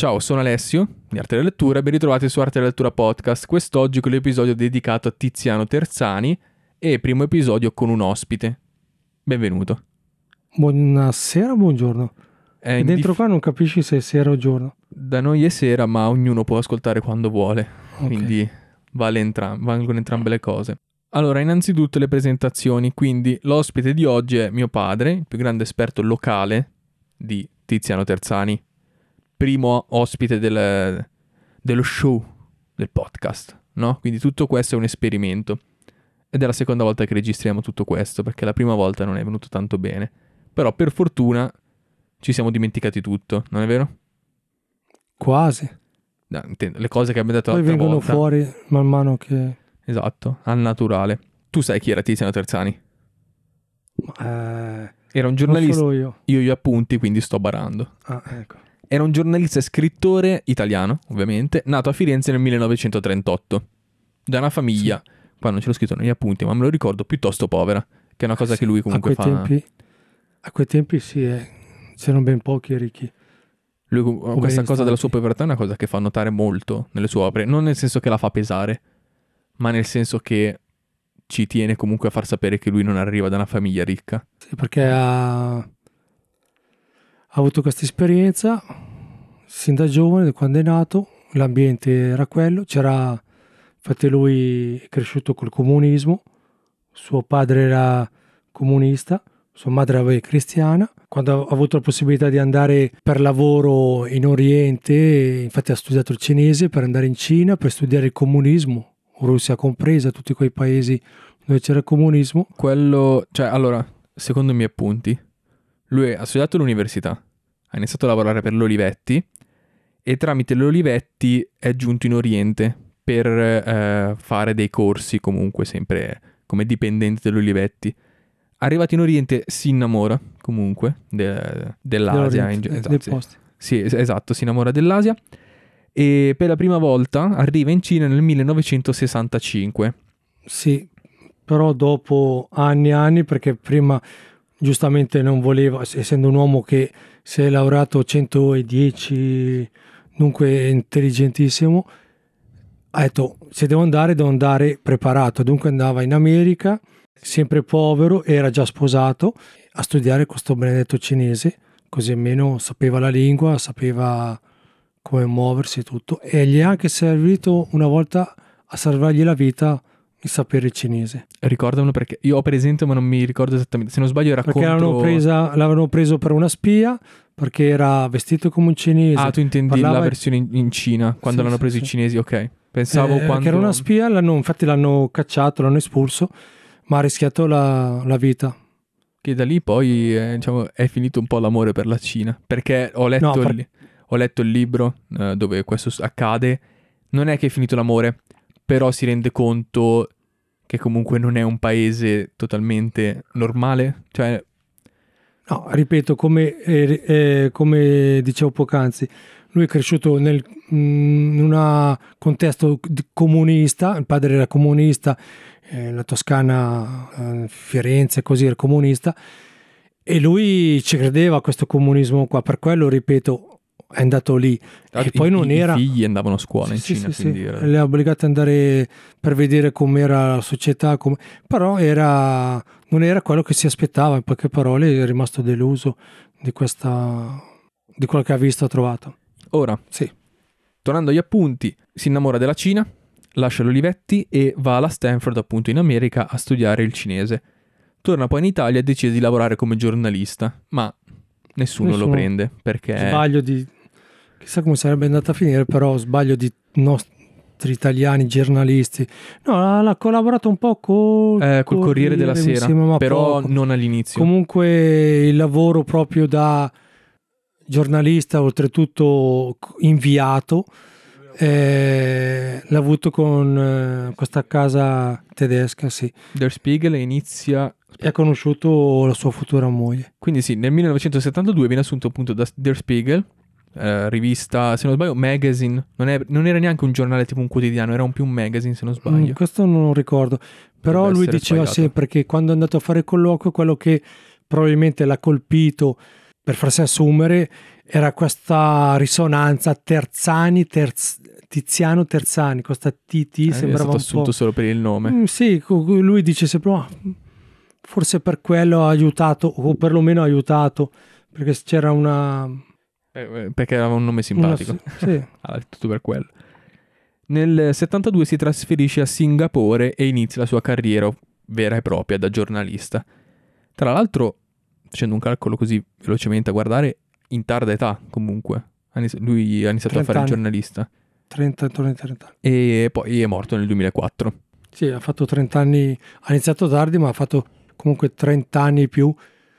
Ciao, sono Alessio di Arte della Lettura e ben ritrovati su Arte della Lettura Podcast. Quest'oggi con l'episodio dedicato a Tiziano Terzani e primo episodio con un ospite. Benvenuto. Buonasera, buongiorno. È E dentro qua non capisci se è sera o giorno. Da noi è sera, ma ognuno può ascoltare quando vuole, Ok. quindi valgono entrambe le cose. Allora, innanzitutto le presentazioni, quindi l'ospite di oggi è mio padre, il più grande esperto locale di Tiziano Terzani, primo ospite dello show, del podcast, no? Quindi tutto questo è un esperimento ed è la seconda volta che registriamo tutto questo, perché la prima volta non è venuto tanto bene, però per fortuna ci siamo dimenticati tutto, non è vero? Quasi. No, intendo, le cose che abbiamo detto Poi l'altra vengono volta. fuori man mano che... Esatto, al naturale. Tu sai chi era Tiziano Terzani? Era un non giornalista. solo io. Io gli appunti, quindi sto barando. Ah, ecco. Era un giornalista e scrittore italiano, ovviamente, nato a Firenze nel 1938. Da una famiglia, qua non ce l'ho scritto negli appunti, ma me lo ricordo, piuttosto povera, che è una cosa che lui comunque fa. A quei tempi sì, c'erano ben pochi ricchi. Lui, questa cosa della stati. sua povertà è una cosa che fa notare molto nelle sue opere, non nel senso che la fa pesare, ma nel senso che ci tiene comunque a far sapere che lui non arriva da una famiglia ricca. Sì, perché ha avuto questa esperienza sin da giovane, da quando è nato, l'ambiente era quello, infatti lui è cresciuto col comunismo, suo padre era comunista, sua madre era cristiana. Quando ha avuto la possibilità di andare per lavoro in Oriente, infatti ha studiato il cinese per andare in Cina, per studiare il comunismo, Russia compresa, tutti quei paesi dove c'era il comunismo. Allora, secondo i miei appunti, lui ha studiato all'università, ha iniziato a lavorare per l'Olivetti e tramite l'Olivetti è giunto in Oriente per fare dei corsi comunque sempre come dipendente dell'Olivetti. Arrivato in Oriente si innamora comunque dell'Asia. Dei posti. Sì, esatto, si innamora dell'Asia e per la prima volta arriva in Cina nel 1965. Sì, però dopo anni e anni, perché prima giustamente non voleva, essendo un uomo che si è laureato 110, dunque intelligentissimo, ha detto se devo andare preparato, dunque andava in America, sempre povero, era già sposato, a studiare questo benedetto cinese, così almeno sapeva la lingua, sapeva come muoversi e tutto, e gli è anche servito una volta a salvargli la vita il sapere cinese. Ricordamelo perché io ho presente ma non mi ricordo esattamente, se non sbaglio era perché contro... l'avevano preso per una spia, perché era vestito come un cinese. Ah, tu intendi la versione in Cina, quando Sì, l'hanno sì, preso sì. i cinesi, ok. Pensavo quando... Perché era una spia, infatti l'hanno cacciato, l'hanno espulso, ma ha rischiato la vita. Che da lì poi è finito un po' l'amore per la Cina, perché ho letto, ho letto il libro dove questo accade, non è che è finito l'amore, però si rende conto che comunque non è un paese totalmente normale, cioè... No, ripeto, come dicevo poc'anzi, lui è cresciuto in un contesto comunista, il padre era comunista, la Toscana, Firenze, così era comunista, e lui ci credeva a questo comunismo qua, per quello, ripeto, è andato lì. E poi non era... I figli andavano a scuola in Cina, quindi... Sì. Le ha obbligati ad andare per vedere com'era la società, però non era quello che si aspettava, in poche parole è rimasto deluso di quello che ha visto e trovato. Ora, sì. Tornando agli appunti, si innamora della Cina, lascia l'Olivetti e va alla Stanford, appunto in America, a studiare il cinese. Torna poi in Italia e decide di lavorare come giornalista, ma nessuno lo prende perché... Chissà come sarebbe andata a finire, però sbaglio di nostri italiani giornalisti. No, ha collaborato un po' col Corriere della Sera, però poco. Non all'inizio. Comunque il lavoro proprio da giornalista, oltretutto inviato, l'ha avuto con questa casa tedesca, sì. Der Spiegel inizia... E ha conosciuto la sua futura moglie. Quindi sì, nel 1972 viene assunto appunto da Der Spiegel, rivista, se non sbaglio, magazine, non era neanche un giornale tipo un quotidiano, era più un magazine se non sbaglio. Questo non lo ricordo, però lui diceva sempre che quando è andato a fare il colloquio, quello che probabilmente l'ha colpito per farsi assumere, era questa risonanza Tiziano Terzani, questa TT È sembrava stato un assunto po'... solo per il nome. Sì, lui dice sempre, forse per quello ha aiutato, o perlomeno ha aiutato, perché c'era Perché aveva un nome simpatico. Sì. Tutto per quello. Nel 72 si trasferisce a Singapore e inizia la sua carriera vera e propria da giornalista. Tra l'altro, facendo un calcolo così velocemente a guardare, in tarda età comunque. Lui ha iniziato a fare il giornalista. 30 anni. E poi è morto nel 2004. Sì, ha fatto 30 anni, ha iniziato tardi, ma ha fatto comunque 30 anni più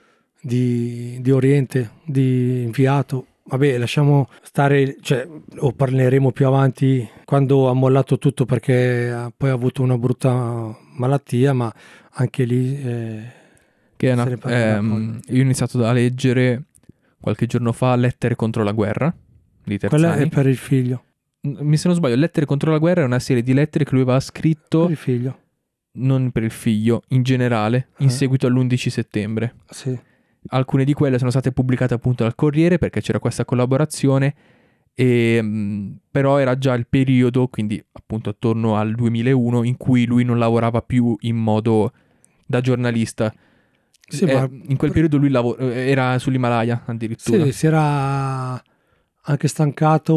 di Oriente, di inviato. Vabbè, lasciamo stare, cioè, o parleremo più avanti quando ha mollato tutto, perché poi ha avuto una brutta malattia, ma anche lì che è io ho iniziato a leggere qualche giorno fa Lettere contro la guerra di Terzani. Quella è per il figlio. Se non sbaglio, Lettere contro la guerra è una serie di lettere che lui aveva scritto Per il figlio. Non per il figlio, in generale, in seguito all'11 settembre. Sì. Alcune di quelle sono state pubblicate appunto dal Corriere perché c'era questa collaborazione, però era già il periodo, quindi appunto attorno al 2001, in cui lui non lavorava più in modo da giornalista. Sì, ma in quel periodo lui era sull'Himalaya addirittura. Sì, si era anche stancato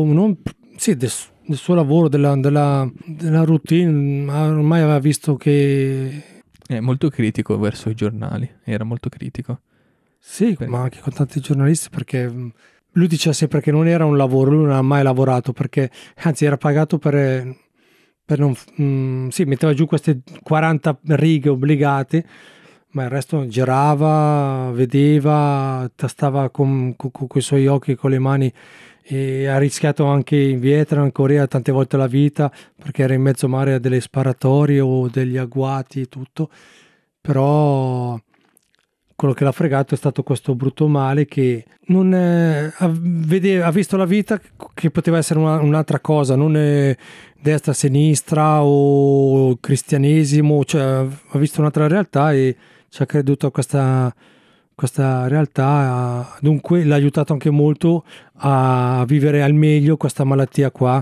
del suo lavoro, della routine, ma ormai aveva visto che... È molto critico verso i giornali, era molto critico. Sì, ma anche con tanti giornalisti, perché lui diceva sempre che non era un lavoro, lui non ha mai lavorato, perché anzi era pagato per non... sì, metteva giù queste 40 righe obbligate, ma il resto girava, vedeva, tastava con i suoi occhi e con le mani, e ha rischiato anche in Vietnam, in Corea, tante volte la vita, perché era in mezzo mare a delle sparatorie o degli agguati e tutto. Però quello che l'ha fregato è stato questo brutto male, che non ha visto la vita che poteva essere un'altra cosa, non destra, sinistra o cristianesimo, cioè ha visto un'altra realtà e ci ha creduto a questa realtà, dunque l'ha aiutato anche molto a vivere al meglio questa malattia qua,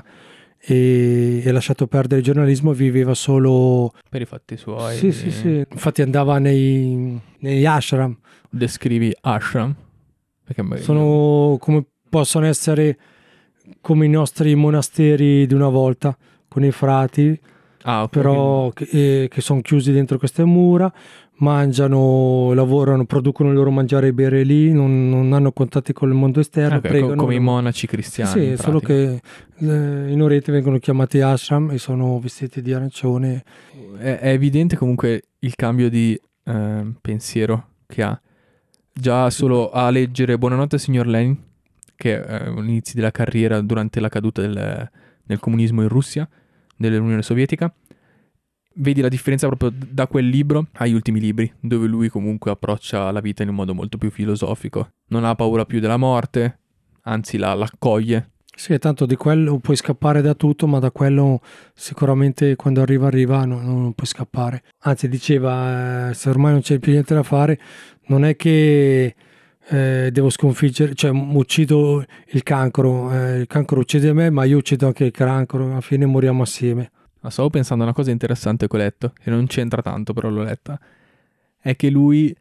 e ha lasciato perdere il giornalismo e viveva solo per i fatti suoi. Sì. Infatti andava negli ashram. Descrivi ashram? Perché sono come possono essere come i nostri monasteri di una volta, con i frati, okay, però che sono chiusi dentro queste mura, mangiano, lavorano, producono il loro mangiare e bere lì, non hanno contatti con il mondo esterno, pregano, come i monaci cristiani. Sì, solo che in Oriente vengono chiamati ashram e sono vestiti di arancione. È evidente comunque il cambio di pensiero che ha. Già solo a leggere Buonanotte signor Lenin, che è l'inizio della carriera durante la caduta del comunismo in Russia, dell'Unione Sovietica. Vedi la differenza proprio da quel libro agli ultimi libri, dove lui comunque approccia la vita in un modo molto più filosofico. Non ha paura più della morte, anzi la accoglie. Sì, tanto di quello puoi scappare da tutto, ma da quello sicuramente quando arriva non puoi scappare. Anzi diceva, se ormai non c'è più niente da fare, non è che devo sconfiggere, cioè uccido il cancro uccide me, ma io uccido anche il cancro, alla fine moriamo assieme. Ma stavo pensando a una cosa interessante che ho letto, che non c'entra tanto, però l'ho letta. È che lui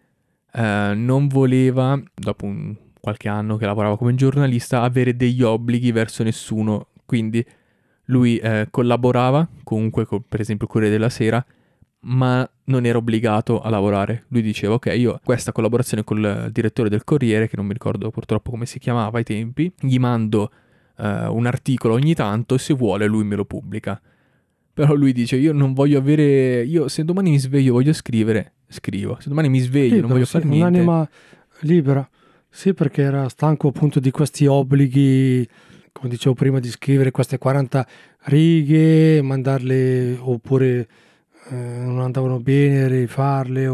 non voleva, dopo qualche anno che lavorava come giornalista, avere degli obblighi verso nessuno. Quindi lui collaborava comunque con, per esempio, il Corriere della Sera, ma non era obbligato a lavorare. Lui diceva, ok, io questa collaborazione col direttore del Corriere, che non mi ricordo purtroppo come si chiamava ai tempi, gli mando un articolo ogni tanto e se vuole lui me lo pubblica. Però lui dice, io non voglio avere... Io se domani mi sveglio voglio scrivere, scrivo. Se domani mi sveglio libero, non voglio fare niente. Un'anima libera. Sì, perché era stanco appunto di questi obblighi, come dicevo prima, di scrivere queste 40 righe, mandarle, oppure non andavano bene, rifarle.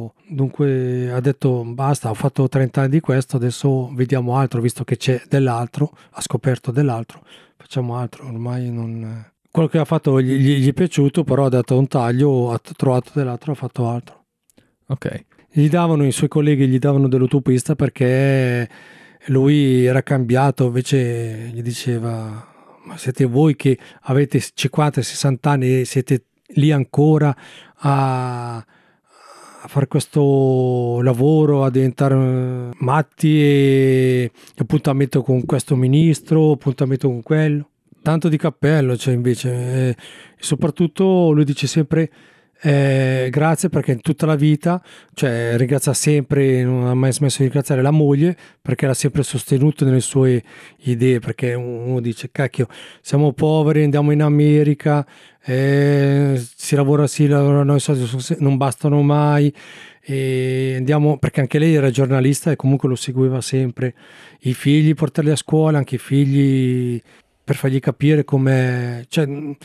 Dunque ha detto, basta, ho fatto 30 anni di questo, adesso vediamo altro, visto che c'è dell'altro, ha scoperto dell'altro, facciamo altro, ormai non... Quello che ha fatto gli è piaciuto, però ha dato un taglio, ha trovato dell'altro, ha fatto altro. Ok. I suoi colleghi gli davano dell'utopista perché Lui era cambiato, invece gli diceva: ma siete voi che avete 50-60 anni e siete lì ancora a fare questo lavoro, a diventare matti, e appuntamento con questo ministro, appuntamento con quello. Tanto di cappello, cioè, invece. E soprattutto lui dice sempre grazie, perché in tutta la vita, cioè, ringrazia sempre, non ha mai smesso di ringraziare la moglie, perché l'ha sempre sostenuto nelle sue idee, perché uno dice: cacchio, siamo poveri, andiamo in America, si lavora, noi soldi non bastano mai, e andiamo, perché anche lei era giornalista e comunque lo seguiva sempre, i figli, portarli a scuola, anche i figli, per fargli capire come, cioè,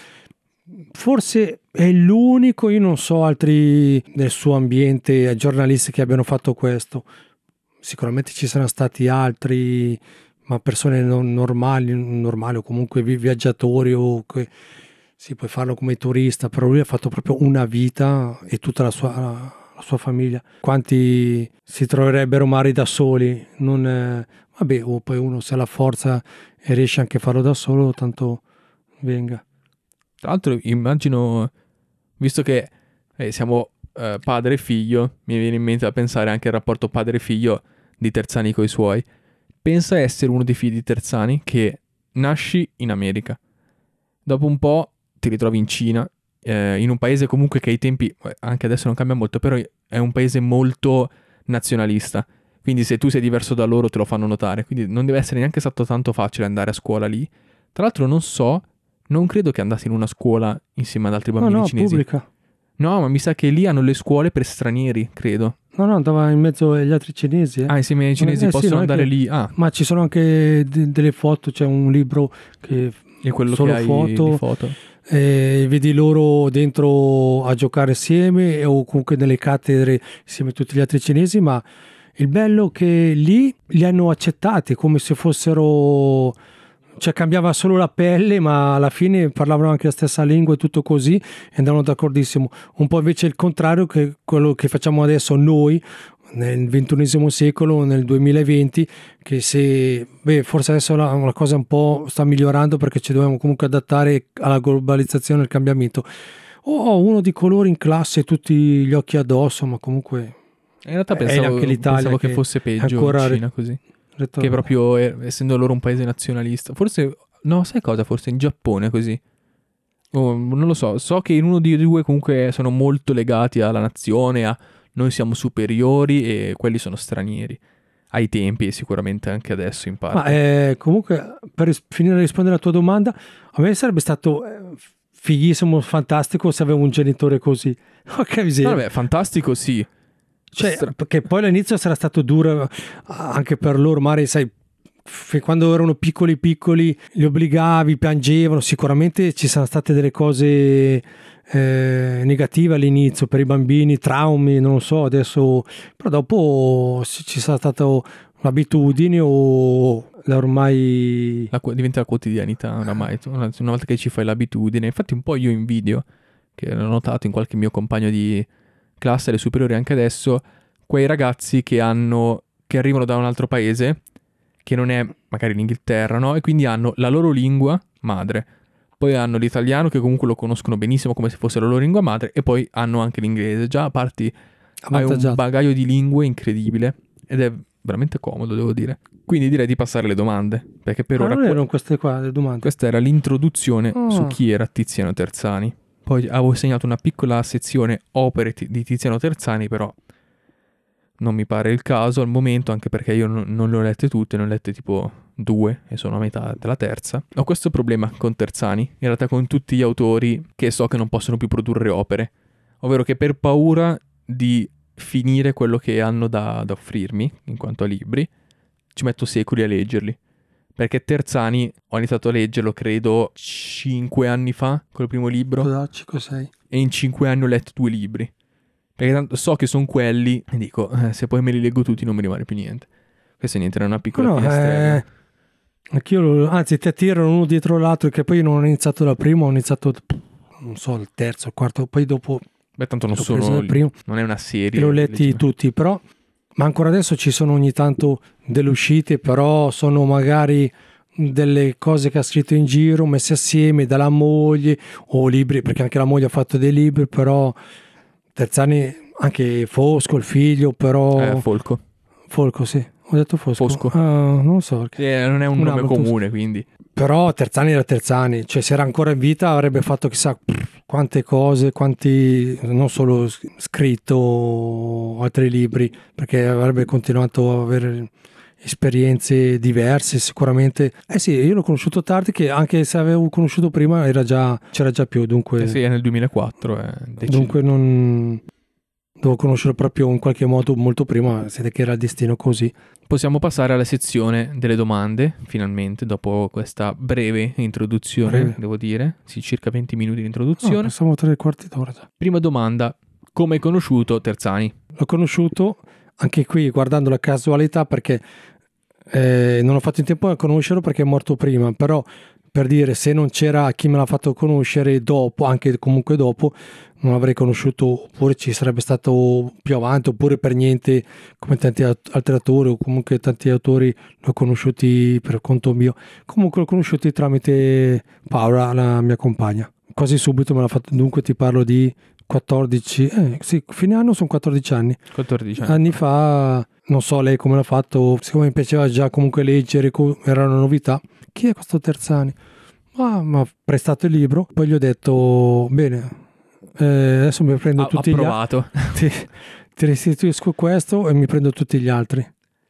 forse è l'unico, io non so altri nel suo ambiente giornalisti che abbiano fatto questo. Sicuramente ci saranno stati altri, ma persone non normali o comunque viaggiatori, o si può farlo come turista, però lui ha fatto proprio una vita e tutta la sua famiglia. Quanti si troverebbero magari da soli? Non, vabbè, o poi uno se ha la forza e riesce anche a farlo da solo, tanto venga. Tra l'altro immagino, visto che siamo padre e figlio, mi viene in mente da pensare anche al rapporto padre e figlio di Terzani coi suoi. Pensa a essere uno dei figli di Terzani che nasci in America. Dopo un po' ti ritrovi in Cina, in un paese comunque che ai tempi, anche adesso non cambia molto, però è un paese molto nazionalista. Quindi se tu sei diverso da loro te lo fanno notare. Quindi non deve essere neanche stato tanto facile andare a scuola lì. Tra l'altro non credo che andassi in una scuola insieme ad altri bambini cinesi. Pubblica. No, ma mi sa che lì hanno le scuole per stranieri, credo. No, andava in mezzo agli altri cinesi. Ah, insieme ai cinesi possono andare lì. Ah. Ma ci sono anche delle foto, c'è un libro che è quello solo che hai foto, di foto. Vedi loro dentro a giocare assieme, o comunque nelle cattedre insieme a tutti gli altri cinesi, ma il bello è che lì li hanno accettati come se fossero, cioè cambiava solo la pelle, ma alla fine parlavano anche la stessa lingua e tutto così, e andavano d'accordissimo. Un po' invece il contrario che quello che facciamo adesso noi nel XXI secolo, nel 2020, che forse adesso la cosa un po' sta migliorando, perché ci dobbiamo comunque adattare alla globalizzazione e al cambiamento. Uno di colore in classe, tutti gli occhi addosso, ma comunque in realtà pensavo che fosse peggio ancora in Cina così. Che proprio, essendo loro un paese nazionalista. Forse, no, sai cosa? Forse in Giappone così. Non lo so. So che in uno dei due comunque sono molto legati alla nazione, a noi siamo superiori e quelli sono stranieri. Ai tempi e sicuramente anche adesso in parte. Ma comunque, per finire di rispondere alla tua domanda, a me sarebbe stato fighissimo, fantastico se avevo un genitore così. Che miseria. Vabbè, fantastico sì. Cioè, perché poi all'inizio sarà stato duro anche per loro, magari sai, quando erano piccoli li obbligavi, piangevano, sicuramente ci sono state delle cose negative all'inizio per i bambini, traumi, non lo so, adesso, però dopo ci sarà stata un'abitudine o ormai diventa la quotidianità oramai, una volta che ci fai l'abitudine. Infatti un po' io invidio, che l'ho notato in qualche mio compagno di classe alle superiori anche adesso, quei ragazzi che arrivano da un altro paese che non è magari l'Inghilterra, no? E quindi hanno la loro lingua madre, poi hanno l'italiano che comunque lo conoscono benissimo come se fosse la loro lingua madre, e poi hanno anche l'inglese. Già hai un bagaglio di lingue incredibile ed è veramente comodo, devo dire. Quindi direi di passare alle domande, perché per ora non erano queste qua le domande. Questa era l'introduzione su chi era Tiziano Terzani. Poi avevo segnato una piccola sezione opere di Tiziano Terzani, però non mi pare il caso al momento, anche perché io non le ho lette tutte, ne ho lette tipo 2 e sono a metà della terza. Ho questo problema con Terzani, in realtà con tutti gli autori che so che non possono più produrre opere, ovvero che per paura di finire quello che hanno da offrirmi in quanto a libri, ci metto secoli a leggerli. Perché Terzani ho iniziato a leggerlo credo 5 anni fa col primo libro, 5-6, e in 5 anni ho letto 2 libri, perché tanto so che sono quelli e dico se poi me li leggo tutti non mi rimane più niente. Questo niente, era una piccola finestrella. Anch'io, anzi ti attirano uno dietro l'altro, che poi non ho iniziato dal primo, ho iniziato non so il terzo, il quarto, poi dopo tanto non è una serie, li ho letti tutti, però ma ancora adesso ci sono ogni tanto delle uscite, però sono magari delle cose che ha scritto in giro messe assieme dalla moglie, o libri, perché anche la moglie ha fatto dei libri, però Terzani, anche Fosco il figlio, però Folco. Folco, sì, ho detto Fosco. Fosco. Non lo so perché. Non è un nome molto- comune, quindi. Però Terzani era Terzani, cioè se era ancora in vita avrebbe fatto chissà quante cose, quanti, non solo scritto altri libri, perché avrebbe continuato a avere esperienze diverse sicuramente. Eh sì, io l'ho conosciuto tardi, che anche se avevo conosciuto prima c'era già più, dunque, Sì, è nel 2004. dunque non devo conoscerlo proprio in qualche modo molto prima, siete che era il destino così. Possiamo passare alla sezione delle domande, finalmente, dopo questa breve introduzione, Breve. devo dire. Sì, circa 20 minuti di No, introduzione. passiamo 3 quarti d'ora già. Prima domanda, come hai conosciuto Terzani? L'ho conosciuto anche qui guardando la casualità, perché non ho fatto in tempo a conoscerlo perché è morto prima, però per dire, se non c'era chi me l'ha fatto conoscere dopo, anche comunque dopo, non l'avrei conosciuto, oppure ci sarebbe stato più avanti, oppure per niente come tanti altri autori, o comunque tanti autori l'ho conosciuti per conto mio. Comunque l'ho conosciuti tramite Paola, la mia compagna. Quasi subito me l'ha fatto, dunque ti parlo di 14, sì, fine anno sono 14 anni. 14 anni. Anni fa, non so lei come l'ha fatto, siccome mi piaceva già comunque leggere, era una novità. Chi è questo Terzani? Mi ha prestato il libro, poi gli ho detto, bene, adesso mi prendo tutti gli altri, Approvato. ti restituisco questo e mi prendo tutti gli altri.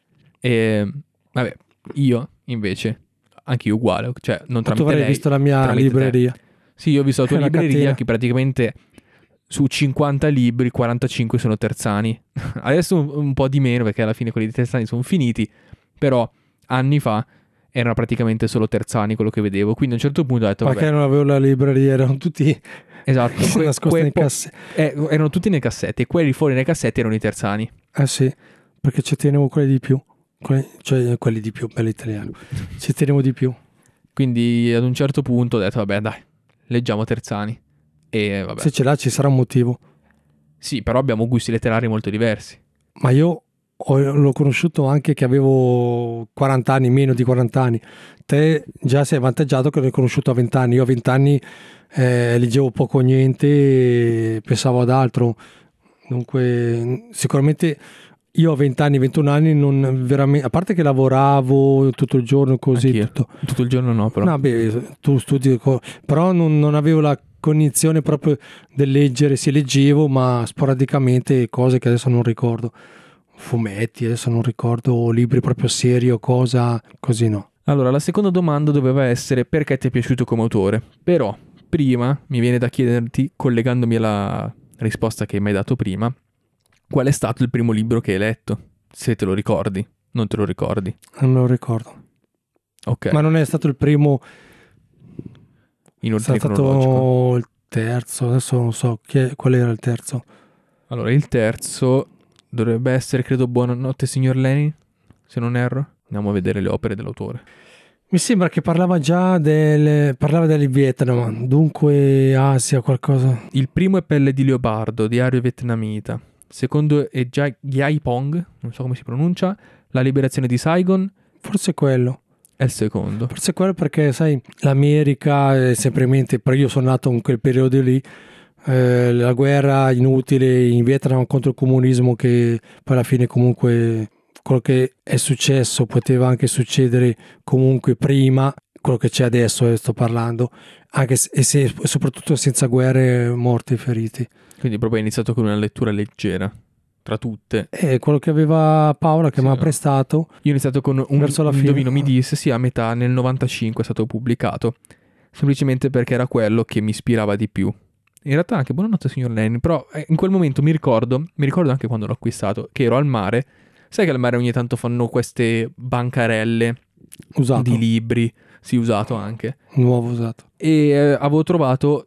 E, vabbè, io invece, anche io uguale, cioè non Ma tu tramite avrei lei, visto la mia tramite te. libreria. Sì, io ho visto la tua È una libreria catena. che praticamente su 50 libri, 45 sono Terzani. Adesso un po' di meno perché alla fine quelli di Terzani sono finiti, però anni fa erano praticamente solo Terzani quello che vedevo. Quindi a un certo punto ho detto, Perché vabbè, non avevo la libreria, erano tutti esatto, nascosti nei cassetti. erano tutti nei cassetti e quelli fuori nei cassetti erano i Terzani. Eh sì, perché ci tenevo quelli di più. Cioè quelli di più, bello italiano. Ci tenevo di più. Quindi ad un certo punto ho detto, vabbè dai, leggiamo Terzani. E vabbè, Se ce l'ha ci sarà un motivo. sì, però abbiamo gusti letterari molto diversi. Ma io l'ho conosciuto anche che avevo 40 anni, meno di 40 anni. Te già sei avvantaggiato che l'hai conosciuto a 20 anni. Io a 20 anni leggevo poco o niente, pensavo ad altro. Dunque, sicuramente io a 20 anni, 21 anni, non veramente, a parte che lavoravo tutto il giorno così, Anch'io. tutto. Tutto il giorno no, però. No, beh, tu studi, però non avevo la cognizione proprio del leggere, sì leggevo, ma sporadicamente cose che adesso non ricordo. Fumetti, adesso non ricordo, libri proprio seri o cosa, così no. Allora, la seconda domanda doveva essere perché ti è piaciuto come autore. Però, prima mi viene da chiederti, collegandomi alla risposta che mi hai dato prima, qual è stato il primo libro che hai letto? Se te lo ricordi, non te lo ricordi. Non me lo ricordo. Ok, Ma non è stato il primo, in è ordine stato cronologico. il terzo, adesso non so qual era il terzo. Allora, il terzo dovrebbe essere, credo, Buonanotte signor Lenin, se non erro. Andiamo a vedere le opere dell'autore. Mi sembra che parlava già parlava del Vietnam, dunque Asia, qualcosa. Il primo è Pelle di Leopardo, diario vietnamita. Il secondo è Giai Pong, non so come si pronuncia. La liberazione di Saigon Forse quello. è il secondo. Forse quello perché, sai, l'America è sempre in mente, però io sono nato in quel periodo lì, la guerra inutile in Vietnam contro il comunismo, che poi alla fine comunque quello che è successo poteva anche succedere comunque prima, quello che c'è adesso, sto parlando, anche soprattutto senza guerre, morti e feriti. Quindi proprio è iniziato con una lettura leggera, tra tutte. E quello che aveva Paola che Sì, mi ha no. prestato, Io ho iniziato con un Verso la fine. indovino mi disse, sì, a metà, nel 95 è stato pubblicato, semplicemente perché era quello che mi ispirava di più. In realtà anche Buonanotte signor Lenin, però in quel momento mi ricordo anche quando l'ho acquistato, che ero al mare. Sai che al mare ogni tanto fanno queste bancarelle usato, di libri, sì, usato anche. nuovo usato. E avevo trovato,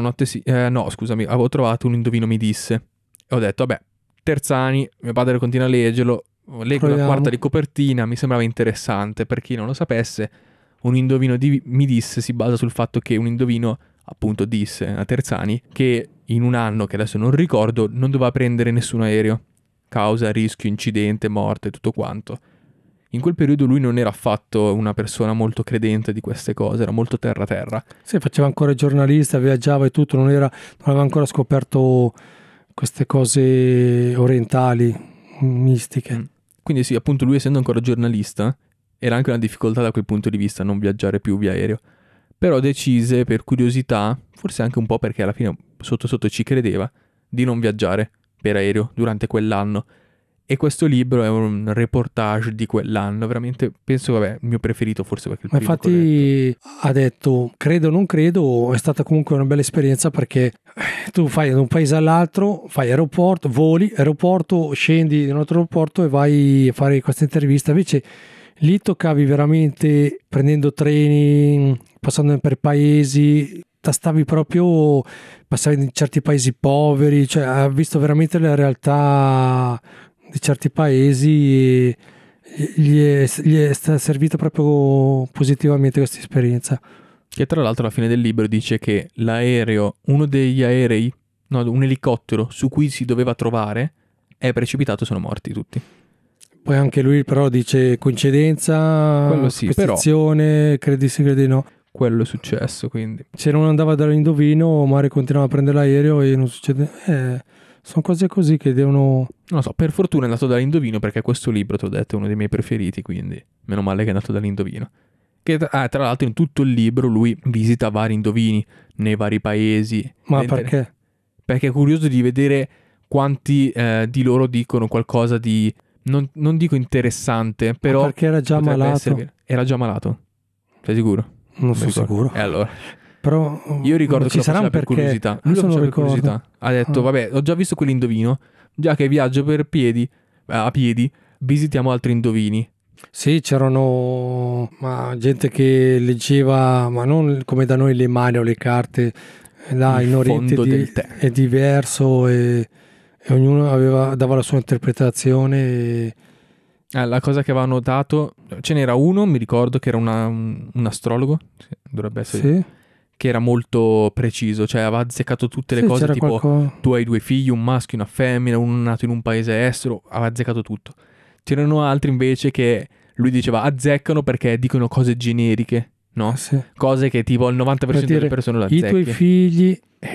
avevo trovato un indovino mi disse. E ho detto, vabbè, Terzani, mio padre continua a leggerlo, leggo la Proviamo. quarta di copertina, mi sembrava interessante. Per chi non lo sapesse, un indovino mi disse si basa sul fatto che un indovino, appunto, disse a Terzani che in un anno, che adesso non ricordo, non doveva prendere nessun aereo. causa, rischio, incidente, morte, tutto quanto. In quel periodo lui non era affatto una persona molto credente di queste cose, era molto terra-terra. Sì, faceva ancora il giornalista, viaggiava e tutto, non aveva ancora scoperto queste cose orientali, mistiche. Quindi sì, appunto lui essendo ancora giornalista, era anche una difficoltà da quel punto di vista non viaggiare più via aereo. Però decise per curiosità, forse anche un po' perché alla fine sotto sotto ci credeva, di non viaggiare per aereo durante quell'anno. E questo libro è un reportage di quell'anno, veramente penso, vabbè, il mio preferito forse perché il Ma primo infatti ha detto, credo o non credo, è stata comunque una bella esperienza perché tu fai da un paese all'altro, fai aeroporto, voli, aeroporto, scendi in un altro aeroporto e vai a fare questa intervista. Invece lì toccavi veramente prendendo treni, passando per paesi, tastavi proprio, passavi in certi paesi poveri, cioè ha visto veramente la realtà di certi paesi e gli è servita proprio positivamente questa esperienza. Che tra l'altro alla fine del libro dice che l'aereo, uno degli aerei, no, un elicottero su cui si doveva trovare è precipitato, sono morti tutti. Poi anche lui però dice coincidenza, Quello sì, superstizione, credi sì, credi no. Quello è successo, quindi. Se non andava dall'indovino, magari continuava a prendere l'aereo e non succede. Sono cose così che devono... Non lo so, per fortuna è andato dall'indovino perché questo libro, te l'ho detto, è uno dei miei preferiti, quindi meno male che è andato dall'indovino. Che tra l'altro in tutto il libro lui visita vari indovini nei vari paesi. Ma perché? Perché è curioso di vedere quanti di loro dicono qualcosa di, non dico interessante, però... Ma perché era già malato? Era già malato? Sei sicuro? Non sono sicuro. E allora... Però io ricordo che lo faceva per curiosità. Lui lo faceva per curiosità. Ha detto, vabbè, ho già visto quell'indovino, già che viaggio per piedi, a piedi, visitiamo altri indovini. Sì, c'erano gente che leggeva, ma non come da noi le mani o le carte, là in Oriente è diverso e ognuno dava la sua interpretazione. La cosa che aveva notato, ce n'era uno, mi ricordo, che era un astrologo, dovrebbe essere... Sì. Che era molto preciso, cioè aveva azzeccato tutte le cose, tipo tu hai 2 figli, un maschio e una femmina, uno nato in un paese estero, aveva azzeccato tutto. C'erano altri invece che lui diceva azzeccano perché dicono cose generiche, no? Sì. Cose che tipo il 90% delle persone lo azzecchi. I tuoi figli,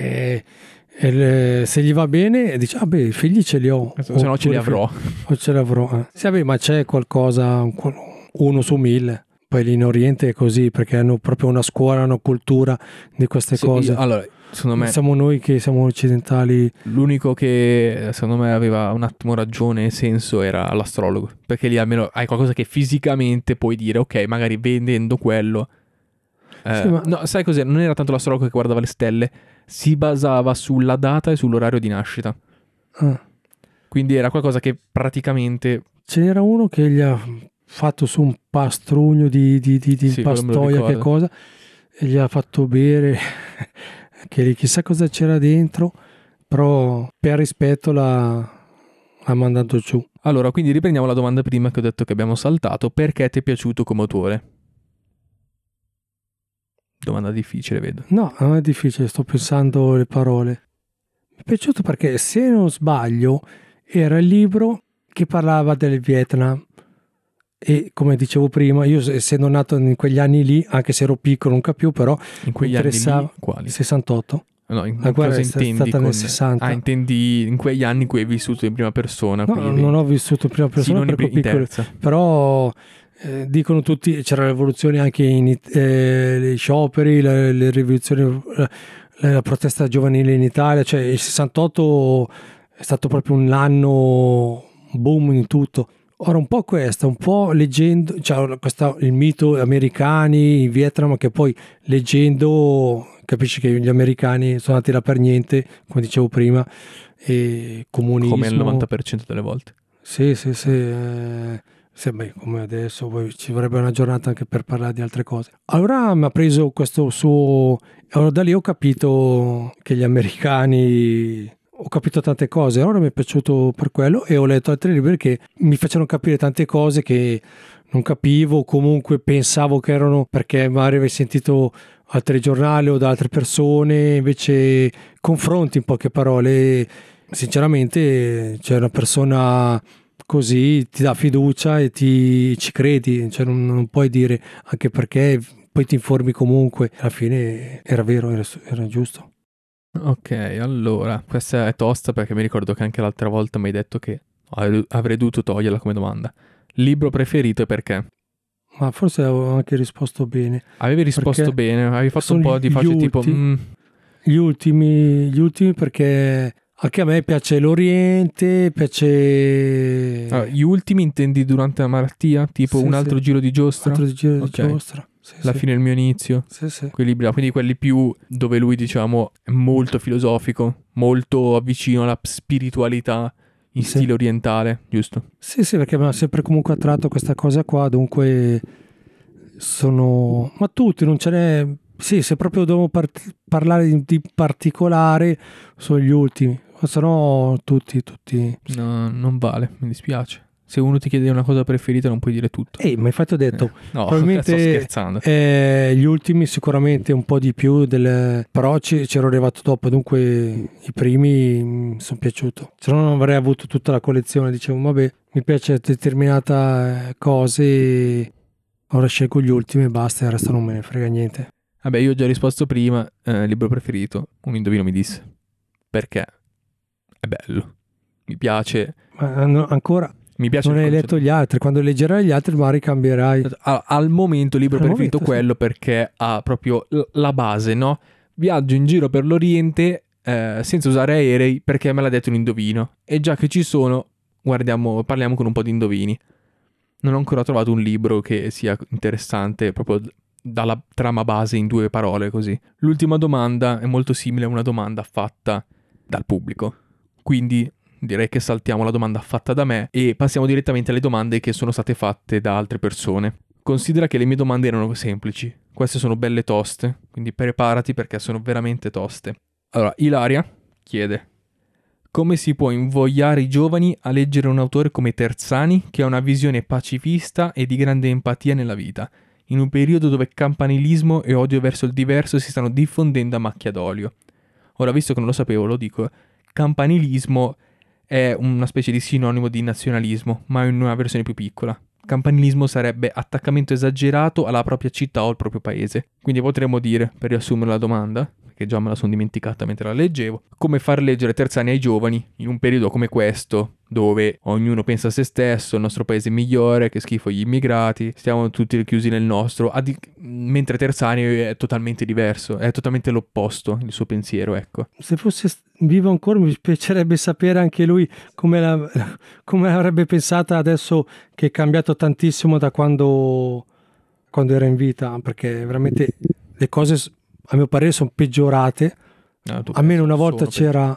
se gli va bene, dice, i figli ce li ho. Se no ce li avrò. O ce li avrò. Sì, ma c'è qualcosa, 1 su 1000. Poi lì in Oriente è così perché hanno proprio una scuola, una cultura di queste cose. Allora, secondo me siamo noi che siamo occidentali. L'unico che secondo me aveva un attimo ragione e senso era l'astrologo, perché lì almeno hai qualcosa che fisicamente puoi dire, ok, magari vendendo quello. Sì, ma... No, sai cos'è? Non era tanto l'astrologo che guardava le stelle, si basava sulla data e sull'orario di nascita. Quindi era qualcosa che praticamente... Ce n'era uno che gli ha fatto su un pastrugno di pastoia, che cosa, e gli ha fatto bere, che chissà cosa c'era dentro, però per rispetto l'ha mandato giù. Allora, quindi riprendiamo la domanda prima che ho detto che abbiamo saltato. Perché ti è piaciuto come autore? Domanda difficile, vedo. No, non è difficile, sto pensando le parole. Mi è piaciuto perché, se non sbaglio, era il libro che parlava del Vietnam. E come dicevo prima, io essendo nato in quegli anni lì, anche se ero piccolo, non capivo, però in quegli anni lì, quali? 68. No, la guerra è stata nel 60. Intendi in quegli anni in cui hai vissuto in prima persona? No, non ho vissuto in prima persona, sì, perché in terza. Però dicono tutti, c'era la rivoluzione anche in gli scioperi, le rivoluzioni, la protesta giovanile in Italia, cioè il 68 è stato proprio un anno boom in tutto. Ora un po' un po' leggendo, cioè il mito americani in Vietnam, che poi leggendo capisci che gli americani sono andati là per niente, come dicevo prima, e comunismo. Come il 90% delle volte. Sì. Come adesso poi ci vorrebbe una giornata anche per parlare di altre cose. Allora mi ha preso questo suo... Allora da lì ho capito che gli americani... Ho capito tante cose, allora mi è piaciuto per quello, e ho letto altri libri che mi facevano capire tante cose che non capivo, comunque pensavo che erano perché magari avevo sentito altri giornali o da altre persone, invece confronti in poche parole sinceramente, c'è una persona così, ti dà fiducia e ci credi, cioè non puoi dire, anche perché poi ti informi comunque, alla fine era vero, era giusto. Ok, allora, questa è tosta perché mi ricordo che anche l'altra volta mi hai detto che avrei dovuto toglierla come domanda. Libro preferito e perché? Ma forse avevo anche risposto bene. Avevi risposto Perché bene, avevi fatto un sono po' di gli facce tipo... Gli ultimi perché anche a me piace l'Oriente, piace... Allora, gli ultimi intendi durante la malattia? Tipo Sì, un sì. altro giro di giostra? Altro giro di Ok. giostra. Sì, La sì. fine del mio inizio? Sì, sì. Quei libri là, quindi quelli più dove lui, diciamo, è molto filosofico, molto vicino alla spiritualità in Sì. stile orientale, giusto? Sì, sì, perché mi ha sempre comunque attratto questa cosa qua, dunque sono... Ma tutti, non ce n'è... Sì, se proprio devo parlare di particolare, sono gli ultimi, ma se no tutti. No, non vale, mi dispiace. Se uno ti chiede una cosa preferita non puoi dire tutto. Ma infatti ho detto, No, probabilmente sto scherzando. gli ultimi sicuramente un po' di più, però c'ero arrivato dopo, dunque i primi mi sono piaciuto. Se no non avrei avuto tutta la collezione, dicevo, vabbè, mi piace determinata cose, ora scelgo gli ultimi e basta, il resto non me ne frega niente. Vabbè, io ho già risposto prima, libro preferito, un indovino mi disse. Perché? È bello. Mi piace. Ma ancora Mi piace non il hai concetto. letto gli altri, quando leggerai gli altri magari cambierai. Al momento il libro Al preferito momento, sì. quello perché ha proprio la base, no? Viaggio in giro per l'Oriente senza usare aerei perché me l'ha detto un indovino. E già che ci sono, parliamo con un po' di indovini. Non ho ancora trovato un libro che sia interessante proprio dalla trama base in 2 parole così. L'ultima domanda è molto simile a una domanda fatta dal pubblico. Quindi direi che saltiamo la domanda fatta da me e passiamo direttamente alle domande che sono state fatte da altre persone. Considera che le mie domande erano semplici. Queste sono belle toste, quindi preparati perché sono veramente toste. Allora, Ilaria chiede: come si può invogliare i giovani a leggere un autore come Terzani che ha una visione pacifista e di grande empatia nella vita, in un periodo dove campanilismo e odio verso il diverso si stanno diffondendo a macchia d'olio? Ora, visto che non lo sapevo, lo dico, campanilismo è una specie di sinonimo di nazionalismo, ma in una versione più piccola. Campanilismo sarebbe attaccamento esagerato alla propria città o al proprio paese. Quindi potremmo dire, per riassumere la domanda, che già me la sono dimenticata mentre la leggevo, come far leggere Terzani ai giovani in un periodo come questo, dove ognuno pensa a se stesso, il nostro paese è migliore, che schifo gli immigrati, stiamo tutti chiusi nel nostro, mentre Terzani è totalmente diverso, è totalmente l'opposto, il suo pensiero, ecco. Se fosse vivo ancora mi piacerebbe sapere anche lui come l'avrebbe pensata adesso che è cambiato tantissimo da quando era in vita, perché veramente le cose a mio parere sono peggiorate. Almeno una volta c'era...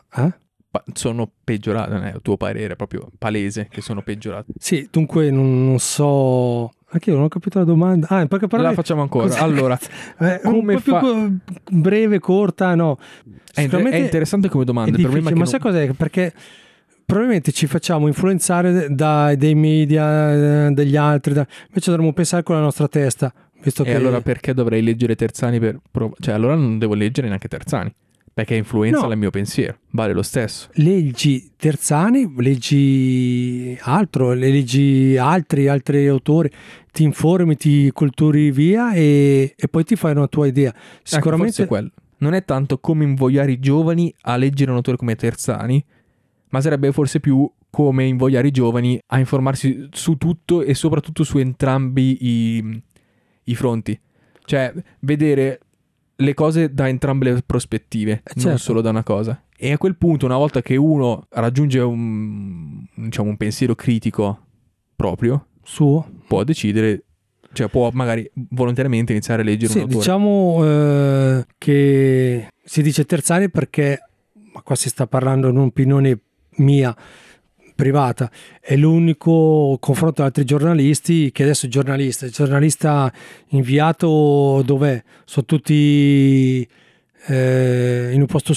sono peggiorate, non è il tuo parere, è proprio palese che sono peggiorate. Sì, dunque non so... Anche io non ho capito la domanda. In poche parole... La facciamo ancora. Allora, come più breve, corta, no. È interessante come domanda. Il problema ma sai cos'è? Perché probabilmente ci facciamo influenzare dai media, dagli altri. Invece dovremmo pensare con la nostra testa. Visto che... allora perché dovrei leggere Terzani cioè allora non devo leggere neanche Terzani, perché influenza il mio pensiero, vale lo stesso. Leggi Terzani, leggi altro, leggi altri autori, ti informi, ti culturi via e poi ti fai una tua idea. Sicuramente forse quello. Non è tanto come invogliare i giovani a leggere un autore come Terzani, ma sarebbe forse più come invogliare i giovani a informarsi su tutto e soprattutto su entrambi i fronti. Cioè, vedere le cose da entrambe le prospettive, non solo da una cosa. E a quel punto, una volta che uno raggiunge un pensiero critico proprio, suo, può decidere, cioè può magari volontariamente iniziare a leggere un autore. Diciamo che si dice Terzani perché, ma qua si sta parlando di un'opinione mia, privata, è l'unico confronto con altri giornalisti che adesso il giornalista inviato dov'è? Sono tutti in un posto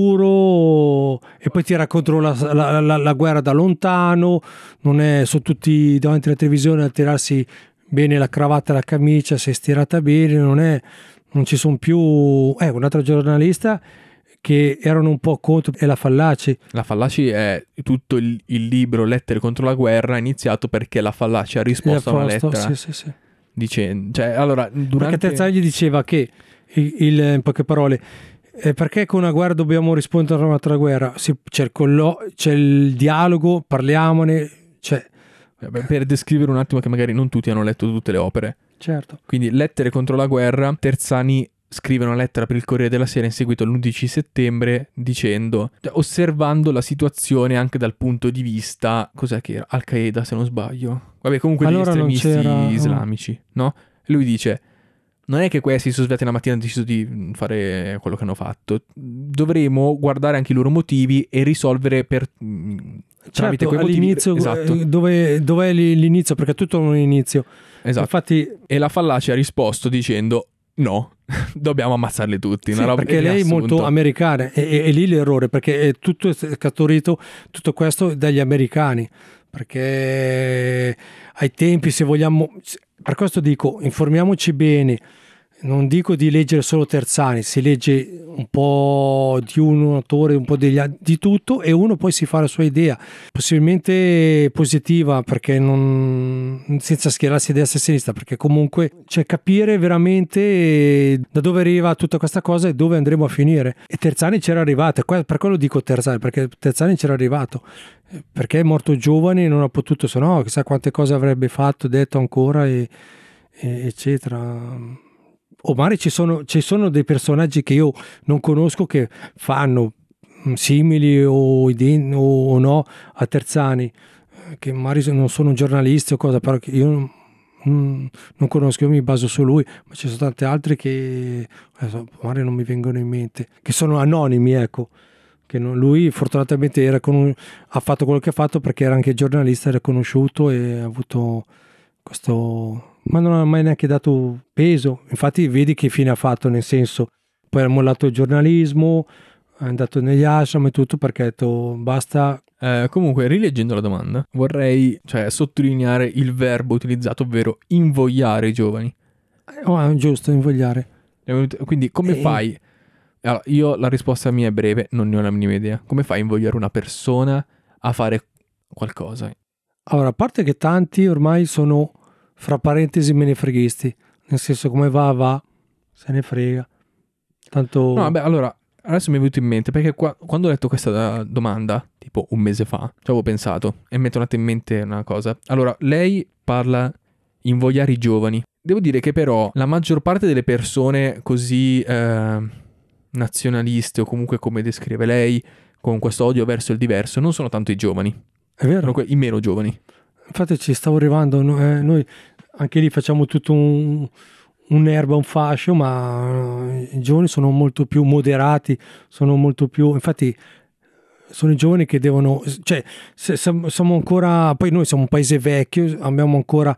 sicuro e poi ti raccontano la guerra da lontano, sono tutti davanti alla televisione a tirarsi bene la cravatta e la camicia, se è stirata bene, non ci sono più un altro giornalista che erano un po' contro, e la Fallaci. La Fallaci è tutto il libro Lettere contro la guerra, iniziato perché la Fallaci ha risposto a una lettera Sì. dicendo, cioè, allora, Perché Terzani gli diceva che, in poche parole, perché con una guerra dobbiamo rispondere a un'altra guerra? C'è il dialogo, parliamone, cioè... Per descrivere un attimo che magari non tutti hanno letto tutte le opere. Certo. Quindi Lettere contro la guerra, Terzani scrive una lettera per il Corriere della Sera in seguito all'11 settembre dicendo, osservando la situazione anche dal punto di vista, cos'è che era? Al-Qaeda, se non sbaglio. Vabbè, comunque allora gli estremisti islamici, no? no? E lui dice, non è che questi si sono svegliati una mattina e hanno deciso di fare quello che hanno fatto. Dovremo guardare anche i loro motivi e risolvere tramite quei all'inizio, motivi. Esatto. Dov'è l'inizio? Perché tutto ha un inizio. Esatto. Infatti, e la Fallaci ha risposto dicendo no, dobbiamo ammazzarli tutti. Sì, perché lei è molto americana e lì l'errore, perché è tutto scaturito, tutto questo dagli americani, perché ai tempi, se vogliamo, per questo dico, informiamoci bene. Non dico di leggere solo Terzani, si legge un po' di un autore, un po' di tutto, e uno poi si fa la sua idea, possibilmente positiva, perché senza schierarsi a destra e a sinistra, perché comunque c'è capire veramente da dove arriva tutta questa cosa e dove andremo a finire. E Terzani c'era arrivato, per quello dico Terzani, perché Terzani c'era arrivato, perché è morto giovane e non ha potuto, se no chissà quante cose avrebbe fatto, detto ancora, eccetera. O magari ci sono dei personaggi che io non conosco che fanno simili o no a Terzani, che magari non sono giornalisti o cosa, però che io non conosco, io mi baso su lui, ma ci sono tanti altri che magari non mi vengono in mente, che sono anonimi, ecco. Che lui fortunatamente ha fatto quello che ha fatto perché era anche giornalista, era conosciuto e ha avuto questo... ma non ha mai neanche dato peso, infatti vedi che fine ha fatto, nel senso, poi ha mollato il giornalismo, è andato negli ashram e tutto, perché ha detto basta. Comunque, rileggendo la domanda, vorrei sottolineare il verbo utilizzato, ovvero invogliare i giovani. Giusto, invogliare. Quindi come fai? Allora, io la risposta mia è breve, non ne ho la minima idea. Come fai a invogliare una persona a fare qualcosa? Allora, a parte che tanti ormai sono, fra parentesi, menefreghisti, nel senso, come va, se ne frega. Tanto... No, vabbè, allora, adesso mi è venuto in mente, perché quando ho letto questa domanda, tipo un mese fa, ci avevo pensato e mi è tornata in mente una cosa. Allora, lei parla invogliare i giovani. Devo dire che però la maggior parte delle persone così nazionaliste, o comunque come descrive lei, con questo odio verso il diverso, non sono tanto i giovani. È vero. Sono i meno giovani. Infatti ci stavo arrivando, noi anche lì facciamo tutto un'erba, un fascio, ma i giovani sono molto più moderati, sono molto più, infatti sono i giovani che devono, cioè siamo ancora, poi noi siamo un paese vecchio, abbiamo ancora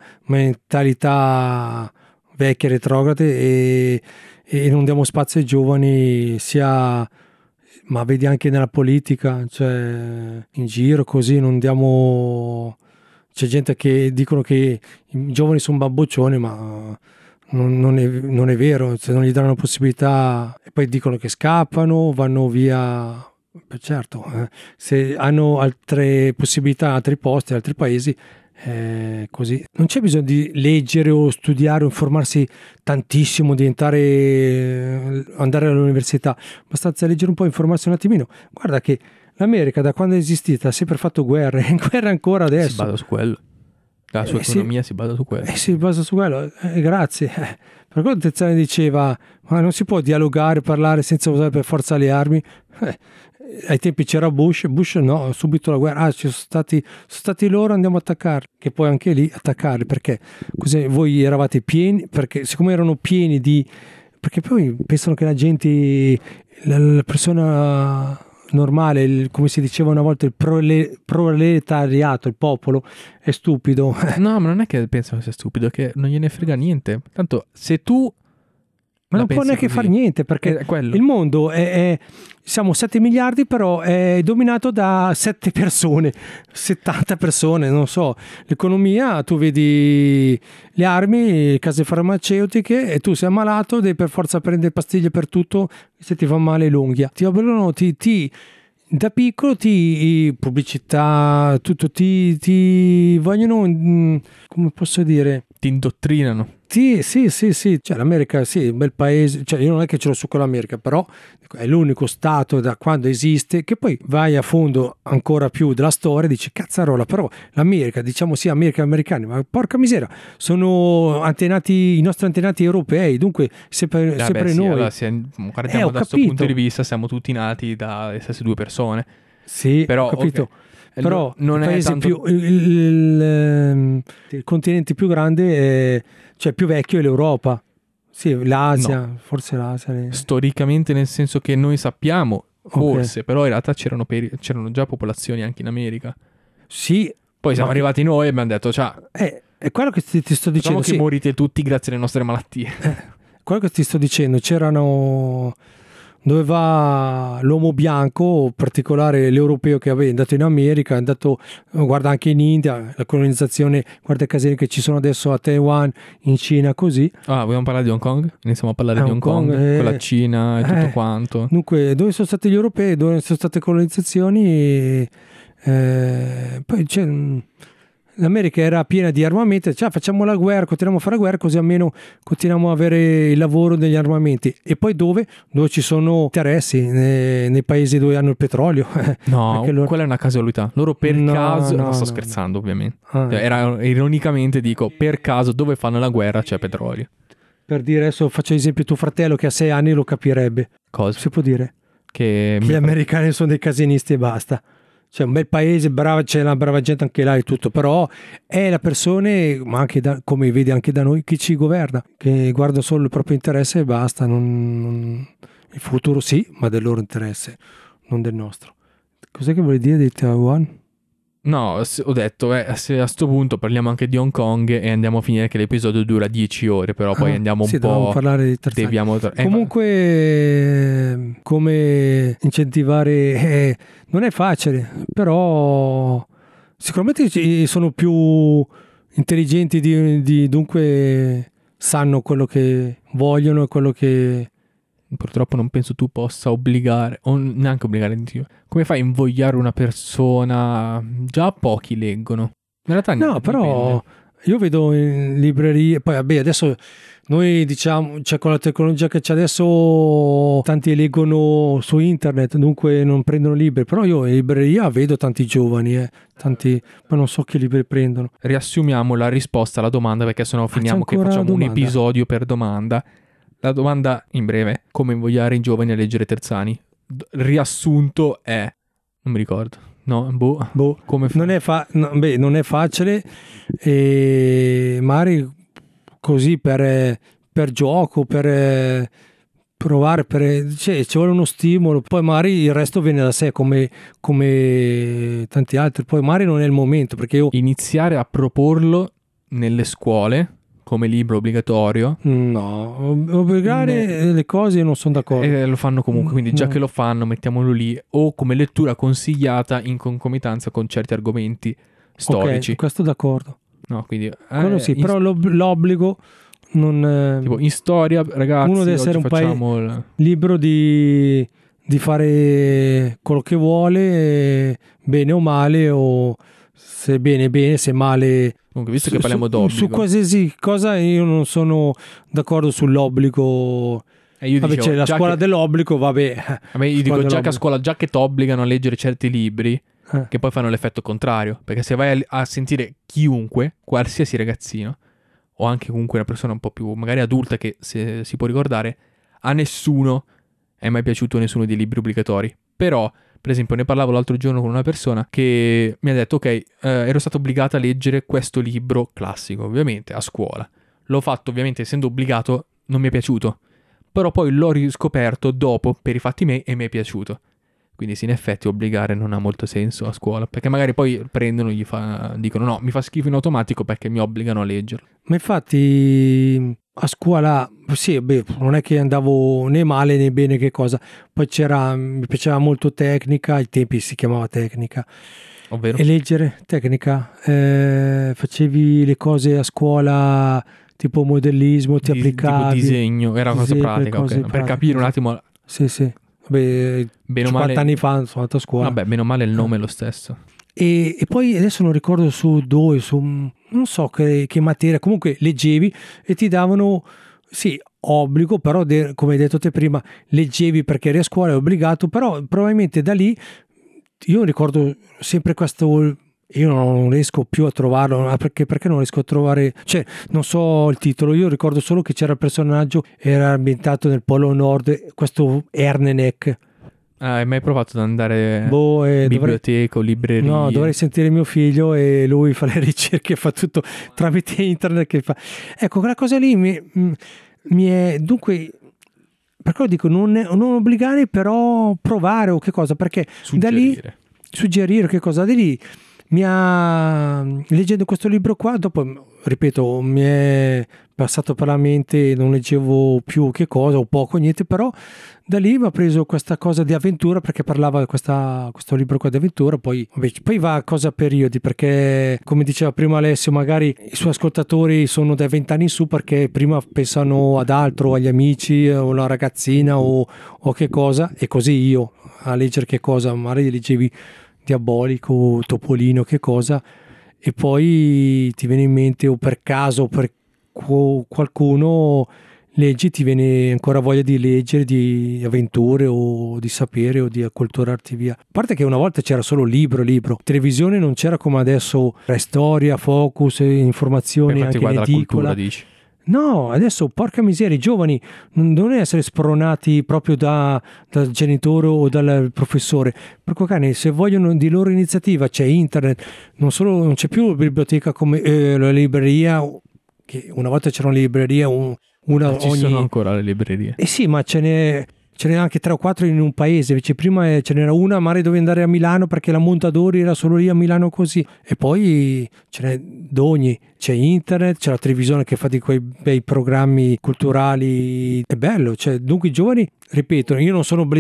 mentalità vecchie, retrograde, e non diamo spazio ai giovani, sia, ma vedi anche nella politica, cioè in giro così non diamo... C'è gente che dicono che i giovani sono bamboccioni, ma non è vero, se non gli danno la possibilità, e poi dicono che scappano, vanno via. Certo, se hanno altre possibilità, altri posti, altri paesi, così. Non c'è bisogno di leggere o studiare o informarsi tantissimo, andare all'università, basta leggere un po', informarsi un attimino. Guarda che l'America, da quando è esistita, ha sempre fatto guerre, in guerra ancora adesso. Si basa su quello. La sua economia si basa su quello. Si basa su quello, grazie. Per quello Terzani diceva, ma non si può dialogare, parlare senza usare per forza le armi. Ai tempi c'era Bush no, subito la guerra, ci sono stati loro, andiamo a attaccarli, che poi anche lì attaccarli, perché così voi eravate pieni, perché siccome erano pieni perché poi pensano che la gente, la persona normale, come si diceva una volta, il proletariato, il popolo è stupido. No, ma non è che pensano sia stupido, è che non gliene frega niente. Tanto se tu Ma non può neanche fare niente, perché il mondo siamo 7 miliardi, però è dominato da 7 persone, 70 persone, non so. L'economia, tu vedi le armi, le case farmaceutiche, e tu sei ammalato, devi per forza prendere pastiglie per tutto se ti fa male l'unghia. Ti obbligano, da piccolo pubblicità, tutto, ti vogliono, come posso dire? Ti indottrinano. Sì, cioè l'America sì, è un bel paese, cioè io non è che ce l'ho su con l'America, però è l'unico stato da quando esiste che poi vai a fondo ancora più della storia e dici cazzarola, però l'America, diciamo sì, America e americani, ma porca miseria, sono i nostri antenati europei, dunque sempre sì, noi. Allora, guardiamo da questo punto di vista, siamo tutti nati dalle stesse due persone. Sì, però, ho capito. Okay. Però non il paese è tanto... il continente più grande, cioè più vecchio è l'Europa. Sì, l'Asia, no. Forse l'Asia. Storicamente, nel senso che noi sappiamo, forse, però in realtà c'erano già popolazioni anche in America. Sì. Poi siamo arrivati noi e abbiamo detto, ciao. È quello che ti sto dicendo. Che morite tutti grazie alle nostre malattie. Quello che ti sto dicendo, dove va l'uomo bianco, in particolare l'europeo che è andato in America, è andato, guarda anche in India, la colonizzazione, guarda i casini che ci sono adesso a Taiwan, in Cina, così. Vogliamo parlare di Hong Kong? Iniziamo a parlare di Hong Kong con la Cina e tutto quanto. Dunque, dove sono stati gli europei, dove sono state colonizzazioni, poi c'è... L'America era piena di armamenti, cioè facciamo la guerra, continuiamo a fare la guerra così almeno continuiamo a avere il lavoro degli armamenti. E poi dove ci sono interessi, nei paesi dove hanno il petrolio. No, quella è una casualità. Loro per caso, sto scherzando ovviamente, era ironicamente dico, per caso dove fanno la guerra c'è petrolio. Per dire, adesso faccio esempio tuo fratello che a 6 anni lo capirebbe. Cosa? Si può dire? Che gli americani sono dei casinisti e basta. Cioè un bel paese, c'è una brava gente anche là e tutto, però è la persone, ma anche come vedi anche da noi, chi ci governa, che guarda solo il proprio interesse e basta, il futuro sì, ma del loro interesse, non del nostro. Cos'è che vuoi dire di Taiwan? No, ho detto, se a sto punto parliamo anche di Hong Kong e andiamo a finire che l'episodio dura 10 ore, però poi andiamo un po' parlare di deviamo comunque come incentivare non è facile, però sicuramente sono più intelligenti dunque sanno quello che vogliono e quello che... Purtroppo non penso tu possa obbligare, o neanche obbligare, come fai a invogliare una persona? Già pochi leggono. In realtà no, però io vedo in librerie, poi vabbè adesso noi diciamo, cioè con la tecnologia che c'è adesso tanti leggono su internet, dunque non prendono libri, però io in libreria vedo tanti giovani, tanti, ma non so che libri prendono. Riassumiamo la risposta alla domanda, perché sennò finiamo che facciamo un episodio per domanda. La domanda in breve: come invogliare i giovani a leggere Terzani? Riassunto è... non mi ricordo. No, come non è facile, e magari così per gioco, per provare, cioè, ci vuole uno stimolo, poi magari il resto viene da sé come tanti altri, poi magari non è il momento, perché io... Iniziare a proporlo nelle scuole come libro obbligatorio? No, obbligare le cose non sono d'accordo. Lo fanno comunque, quindi già che lo fanno mettiamolo lì, o come lettura consigliata in concomitanza con certi argomenti storici. Ok, questo d'accordo. No, quindi... quello sì, però l'obbligo non... tipo in storia, ragazzi, uno deve essere un libero di fare quello che vuole, bene o male, o se bene, se male... Comunque, visto che parliamo d'obbligo, su qualsiasi cosa io non sono d'accordo sull'obbligo. Vabbè, c'è la scuola dell'obbligo, vabbè. Io dico già che a scuola, già che ti obbligano a leggere certi libri, che poi fanno l'effetto contrario, perché se vai a sentire chiunque, qualsiasi ragazzino, o anche comunque una persona un po' più magari adulta che si può ricordare, a nessuno è mai piaciuto nessuno dei libri obbligatori. Però, per esempio, ne parlavo l'altro giorno con una persona che mi ha detto, ok, ero stato obbligata a leggere questo libro classico, ovviamente, a scuola. L'ho fatto, ovviamente, essendo obbligato, non mi è piaciuto. Però poi l'ho riscoperto dopo, per i fatti miei, e mi è piaciuto. Quindi sì, in effetti obbligare non ha molto senso a scuola, perché magari poi prendono e dicono no, mi fa schifo in automatico perché mi obbligano a leggerlo. Ma infatti a scuola, sì, beh, non è che andavo né male né bene che cosa. Poi mi piaceva molto tecnica, ai tempi si chiamava tecnica. Ovvero? E leggere, tecnica. Facevi le cose a scuola, tipo modellismo, ti Tipo applicavi. disegno, era una cosa Quelle pratica, cose ok. Per pratiche, capire un sì. attimo, Sì, sì. Beh, bene o 50 male, anni fa sono andato a scuola. vabbè, bene o male il nome è lo stesso. E poi adesso non ricordo su dove, non so che materia, comunque leggevi e ti davano, sì, obbligo, però come hai detto te prima, leggevi perché eri a scuola, è obbligato, però probabilmente da lì io ricordo sempre questo. Io non riesco più a trovarlo, ma perché non riesco a trovare, cioè non so il titolo, io ricordo solo che c'era il personaggio, era ambientato nel Polo Nord, questo Ernenek. Ah, hai mai provato ad andare Boh, in dovrei, biblioteca o no, dovrei librerie? sentire mio figlio e lui fa le ricerche, fa tutto tramite internet che fa. Ecco, quella cosa lì mi è dunque, per quello dico, non obbligare, però provare o che cosa, perché da lì Suggerire. suggerire che cosa, da lì leggendo questo libro qua, dopo, ripeto, mi è passato per la mente, non leggevo più che cosa, o poco, niente, però da lì mi ha preso questa cosa di avventura, perché parlava di questo libro qua di avventura, poi va a cosa a periodi, perché come diceva prima Alessio, magari i suoi ascoltatori sono dai 20 anni in su, perché prima pensano ad altro, agli amici o la ragazzina o che cosa, e così io a leggere che cosa, magari leggevi Diabolico, Topolino, che cosa, e poi ti viene in mente, o per caso o per qualcuno leggi, ti viene ancora voglia di leggere, di avventure o di sapere o di acculturarti via. A parte che una volta c'era solo libro, televisione non c'era come adesso, storia, focus, informazioni Infatti anche in guarda la cultura, edicola. dici. No, adesso porca miseria, i giovani non devono essere spronati proprio dal genitore o dal professore. Porco cane, se vogliono di loro iniziativa c'è internet, non c'è più la biblioteca come la libreria, che una volta c'era una libreria, una Ci sono ogni. ancora le librerie. Eh sì, ma ce n'è anche 3 o 4 in un paese, invece prima ce n'era una, magari dovevi andare a Milano perché la Mondadori era solo lì a Milano così, e poi ce n'è d'ogni, c'è internet, c'è la televisione che fa di quei bei programmi culturali, è bello, cioè, dunque i giovani, ripeto, io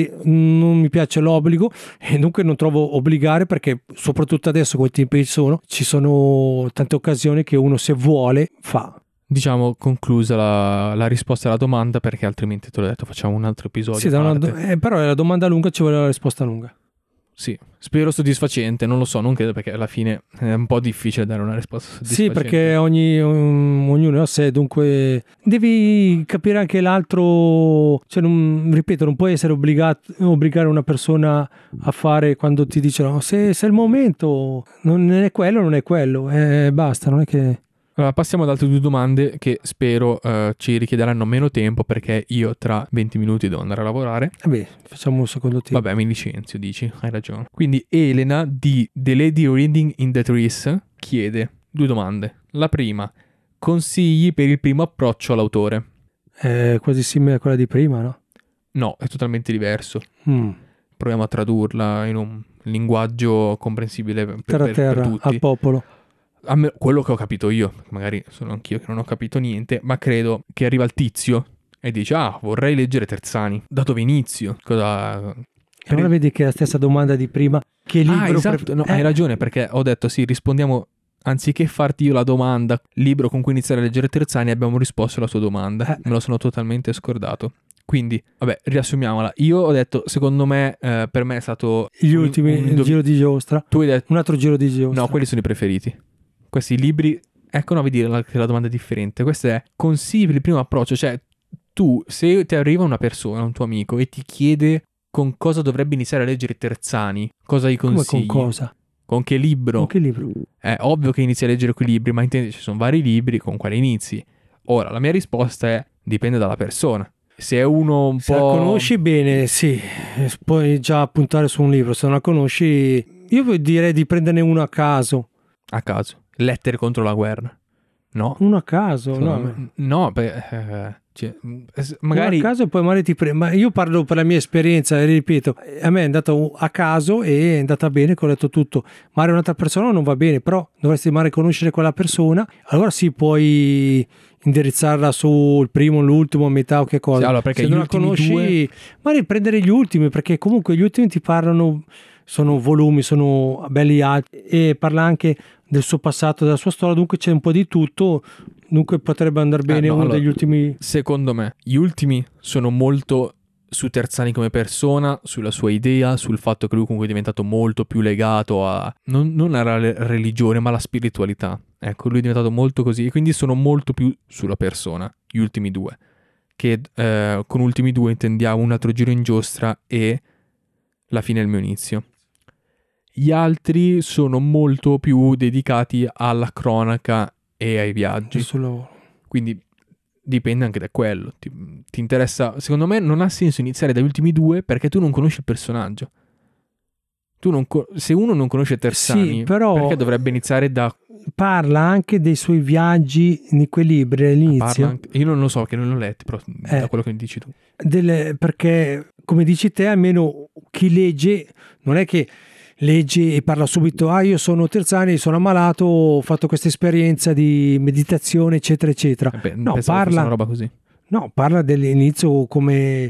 non mi piace l'obbligo e dunque non trovo obbligare, perché soprattutto adesso con i tempi che ci sono tante occasioni che uno se vuole fa. Diciamo conclusa la risposta alla domanda, perché altrimenti te l'ho detto facciamo un altro episodio Sì, a parte. però la domanda lunga ci vuole la risposta lunga. Sì, spero soddisfacente, non lo so, non credo, perché alla fine è un po' difficile dare una risposta soddisfacente. Sì, perché ognuno è a sé, dunque devi capire anche l'altro, cioè ripeto, non puoi essere obbligare una persona a fare quando ti dicono se è il momento, non è quello, non è quello, basta, non è che. Allora, passiamo ad altre 2 domande che spero ci richiederanno meno tempo, perché io tra 20 minuti devo andare a lavorare. Facciamo un secondo tempo. Vabbè, mi licenzio, dici, hai ragione. Quindi Elena di The Lady Reading in the Trees chiede 2 domande. La prima, consigli per il primo approccio all'autore? È quasi simile a quella di prima, no? No, è totalmente diverso. Proviamo a tradurla in un linguaggio comprensibile per tutti. Al popolo. Quello che ho capito io, magari sono anch'io che non ho capito niente, ma credo che arriva il tizio e dice vorrei leggere Terzani. Da dove inizio? Cosa. E allora vedi che è la stessa domanda di prima. Che libro esatto, no, hai ragione, perché ho detto sì, rispondiamo, anziché farti io la domanda, libro con cui iniziare a leggere Terzani, abbiamo risposto alla sua domanda. Me lo sono totalmente scordato. Quindi, vabbè, riassumiamola. Io ho detto, secondo me, per me è stato il giro di giostra. Tu hai detto un altro giro di giostra. No, quelli sono i preferiti. Questi libri, ecco, no, vedi che la domanda è differente. Questo è consigli per il primo approccio, cioè tu, se ti arriva una persona, un tuo amico, e ti chiede con cosa dovrebbe iniziare a leggere Terzani, cosa gli consigli? Come con cosa? Con che libro? Con che libro? È ovvio che inizi a leggere quei libri, ma intendi, ci sono vari libri, con quali inizi? Ora, la mia risposta è, dipende dalla persona. Se è uno un se po'. Se la conosci bene, sì, puoi già puntare su un libro. Se non la conosci, io direi di prenderne uno a caso. A caso. Lettere contro la guerra. No. Uno a caso, no. No, Cioè, magari a caso e poi magari ma io parlo per la mia esperienza e ripeto, a me è andato a caso e è andata bene, che ho letto tutto. Magari un'altra persona non va bene, però dovresti magari conoscere quella persona, allora sì, puoi indirizzarla sul primo, l'ultimo, metà o che cosa. Sì, allora, perché se non la conosci, magari prendere gli ultimi, perché comunque gli ultimi ti parlano, sono volumi, sono belli alti e parla anche del suo passato, della sua storia, dunque c'è un po' di tutto. Dunque potrebbe andare bene uno degli ultimi. Secondo me gli ultimi sono molto su Terzani come persona, sulla sua idea, sul fatto che lui comunque è diventato molto più legato a non alla religione ma alla spiritualità. Ecco, lui è diventato molto così e quindi sono molto più sulla persona, gli ultimi due. Che con ultimi due intendiamo Un altro giro in giostra e La fine del mio inizio. Gli altri sono molto più dedicati alla cronaca e ai viaggi. Quindi dipende anche da quello. Ti interessa? Secondo me non ha senso iniziare dagli ultimi due perché tu non conosci il personaggio. Se uno non conosce Terzani, sì, però perché dovrebbe iniziare da... Parla anche dei suoi viaggi in quei libri all'inizio. Io non lo so, che non l'ho letto, però da quello che mi dici tu. Perché, come dici te, almeno chi legge, non è che legge e parla subito, io sono Terzani, sono ammalato, ho fatto questa esperienza di meditazione, eccetera, eccetera. No, parla una roba così. No, parla dell'inizio, come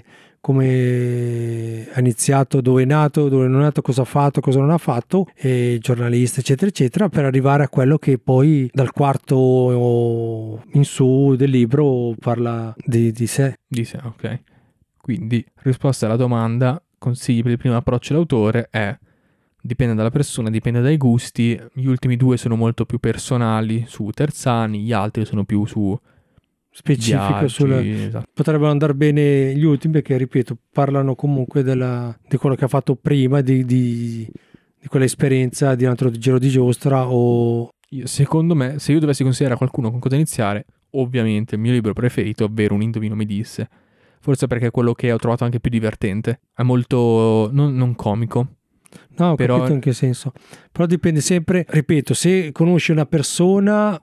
ha iniziato, dove è nato, dove non è nato, cosa ha fatto, cosa non ha fatto, e giornalista, eccetera, eccetera, per arrivare a quello che poi dal quarto in su del libro parla di sé. Di sé, ok. Quindi, risposta alla domanda, consigli per il primo approccio all'autore è: dipende dalla persona, dipende dai gusti. Gli ultimi due sono molto più personali su Terzani, gli altri sono più su specifico, esatto. Potrebbero andare bene gli ultimi perché, ripeto, parlano comunque di quello che ha fatto prima, di quell'esperienza di un altro giro di giostra. Secondo me, se io dovessi consigliare a qualcuno con cosa iniziare, ovviamente il mio libro preferito, ovvero Un indovino mi disse, forse perché è quello che ho trovato anche più divertente, è molto non comico. No, ho capito in che senso. Però dipende sempre, ripeto, se conosci una persona,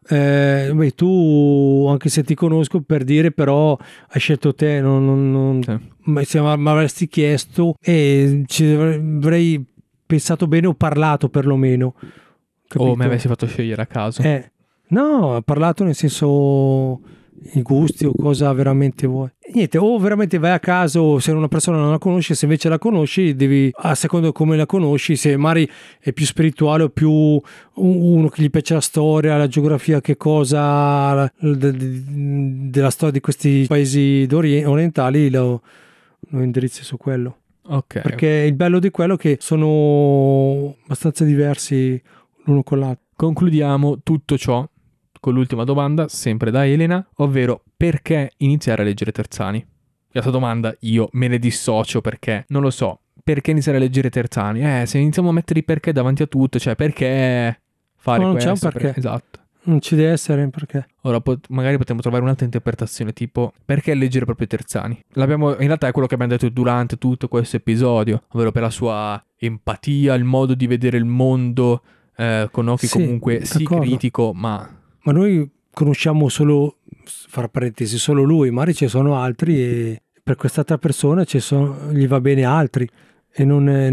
tu, anche se ti conosco, per dire, però hai scelto te, sì. Se mi avresti chiesto e ci avrei pensato bene o parlato perlomeno. Capito? O mi avessi fatto scegliere a caso. No, ho parlato nel senso i gusti o cosa veramente vuoi. Niente, o veramente vai a caso se una persona non la conosci, se invece la conosci devi, a seconda come la conosci, se magari è più spirituale o più uno che gli piace la storia, la geografia, che cosa della storia di questi paesi orientali, lo indirizzi su quello. Ok. Perché il bello di quello è che sono abbastanza diversi l'uno con l'altro. Concludiamo tutto ciò con l'ultima domanda, sempre da Elena, ovvero: perché iniziare a leggere Terzani? Questa domanda io me ne dissocio perché, non lo so, perché iniziare a leggere Terzani? Se iniziamo a mettere i perché davanti a tutto, cioè perché fare non questo? Non c'è un perché. Esatto. Non ci deve essere un perché. Ora magari potremmo trovare un'altra interpretazione, tipo: perché leggere proprio Terzani? In realtà è quello che abbiamo detto durante tutto questo episodio, ovvero per la sua empatia, il modo di vedere il mondo con occhi comunque critico, ma noi conosciamo solo, fra parentesi, solo lui, magari ci sono altri e per quest'altra persona gli va bene altri e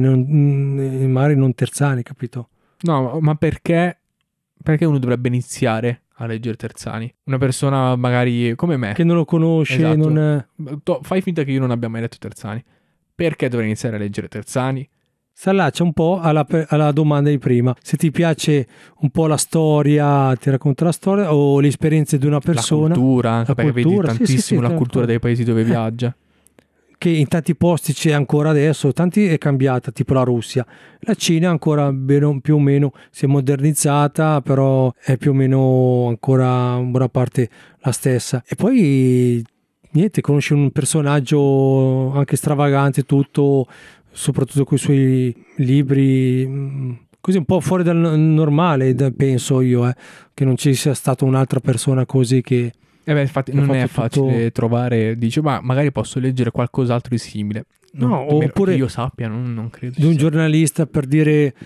magari non Terzani, capito? No, ma perché uno dovrebbe iniziare a leggere Terzani? Una persona magari come me, che non lo conosce, esatto. Fai finta che io non abbia mai letto Terzani. Perché dovrei iniziare a leggere Terzani? Si allaccia un po' alla domanda di prima. Se ti piace un po' la storia, ti racconta la storia o le esperienze di una persona. La cultura, anche perché vedi tantissimo la cultura dei paesi dove viaggia. Che in tanti posti c'è ancora adesso, tanti è cambiata, tipo la Russia. La Cina ancora più o meno si è modernizzata, però è più o meno ancora in buona parte la stessa. E poi niente, conosci un personaggio anche stravagante, tutto, soprattutto con i suoi libri, così un po' fuori dal normale, penso io, che non ci sia stata un'altra persona così che... infatti non è facile trovare, dice, ma magari posso leggere qualcos'altro di simile. No, oppure che io sappia, non credo. Di un giornalista, per dire,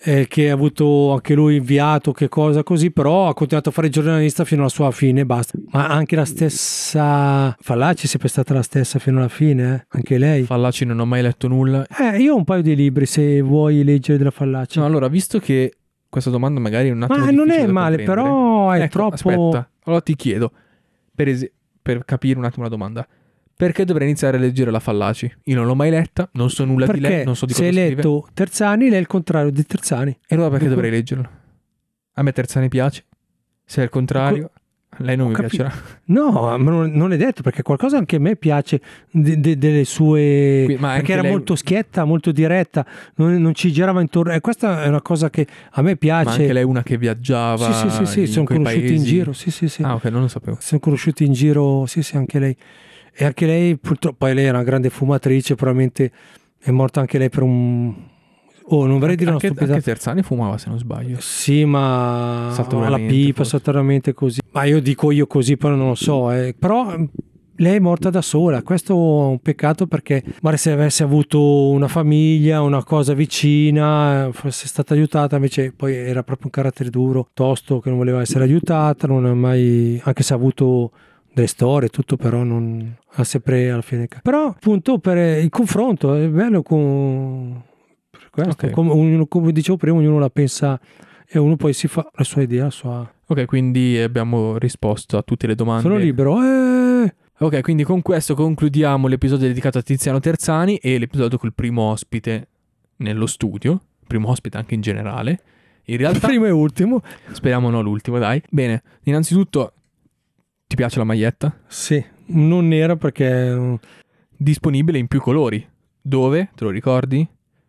che ha avuto anche lui inviato, che cosa così, però ha continuato a fare il giornalista fino alla sua fine e basta. Ma anche la stessa Fallaci è sempre stata la stessa fino alla fine, anche lei. Fallaci non ho mai letto nulla. Io ho un paio di libri, se vuoi leggere della Fallaci. No, allora, visto che questa domanda magari è un attimo Ma non difficile è da male, comprendere. però è Ecco, troppo... Aspetta, allora ti chiedo, per capire un attimo la domanda, perché dovrei iniziare a leggere la Fallaci? Io non l'ho mai letta, non so nulla di lei, non so di cosa se hai scrive. letto Terzani, lei è il contrario di Terzani. E allora perché dovrei leggerlo? A me Terzani piace, se è il contrario, a lei non mi piacerà. No, ma non è detto, perché qualcosa anche a me piace delle sue... Ma perché era molto schietta, molto diretta, non ci girava intorno. E questa è una cosa che a me piace. Ma anche lei è una che viaggiava. Sì, sono conosciuti in giro. Sì. Ah, ok, non lo sapevo. Sono conosciuti in giro, sì, anche lei. E anche lei, purtroppo, poi lei era una grande fumatrice, probabilmente è morta anche lei per un... non vorrei dire una stupidità. Anche Terzani fumava, se non sbaglio. Sì, ma alla pipa, saltuariamente così. Ma io dico così, però non lo so. Però lei è morta da sola. Questo è un peccato, perché magari se avesse avuto una famiglia, una cosa vicina, fosse stata aiutata. Invece poi era proprio un carattere duro, tosto, che non voleva essere aiutata, non ha mai, anche se ha avuto delle storie, tutto, però non ha sempre alla fine. Però appunto per il confronto è bello con questo, Okay. come dicevo prima, ognuno la pensa e uno poi si fa la sua idea, la sua... Ok, quindi abbiamo risposto a tutte le domande. Sono libero. Ok, quindi con questo concludiamo l'episodio dedicato a Tiziano Terzani e l'episodio col primo ospite nello studio, primo ospite anche in generale. In realtà primo e ultimo. Speriamo no l'ultimo, dai. Bene, innanzitutto ti piace la maglietta? Sì, non nera perché... Disponibile in più colori. Dove? Te lo ricordi?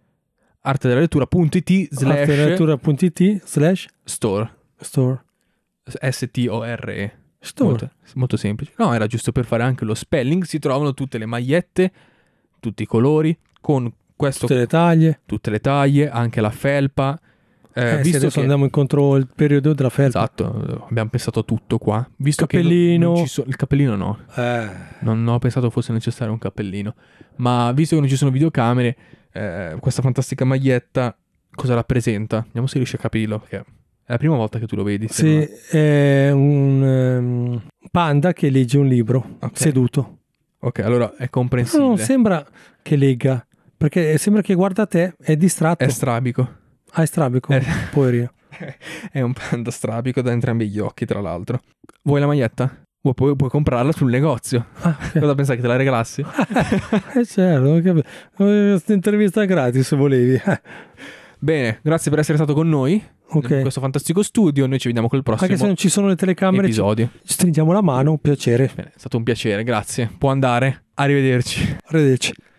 artedelalettura.it/store. Store. STORE. Store. Molto semplice. No, era giusto per fare anche lo spelling. Si trovano tutte le magliette, tutti i colori, con questo... Tutte le taglie, anche la felpa. Visto adesso andiamo incontro il periodo della felpa. Esatto, abbiamo pensato a tutto qua. Visto cappellino. Che il cappellino no. Non ho pensato fosse necessario un cappellino. Ma visto che non ci sono videocamere, questa fantastica maglietta cosa rappresenta? Vediamo se riesci a capirlo, perché è la prima volta che tu lo vedi. Sì, è un panda che legge un libro, seduto. Ok, allora è comprensibile. Non sembra che legga, perché sembra che guarda te, è distratto. È strabico. È strabico, poverino. È un panda strabico da entrambi gli occhi, tra l'altro. Vuoi la maglietta? Puoi comprarla sul negozio. Cosa pensavi, che te la regalassi? Certo, questa intervista gratis se volevi. Bene, grazie per essere stato con noi in questo fantastico studio. Noi ci vediamo col prossimo anche se non ci sono le telecamere episodio. Ci stringiamo la mano, un piacere. Bene, è stato un piacere, grazie. Può andare. Arrivederci.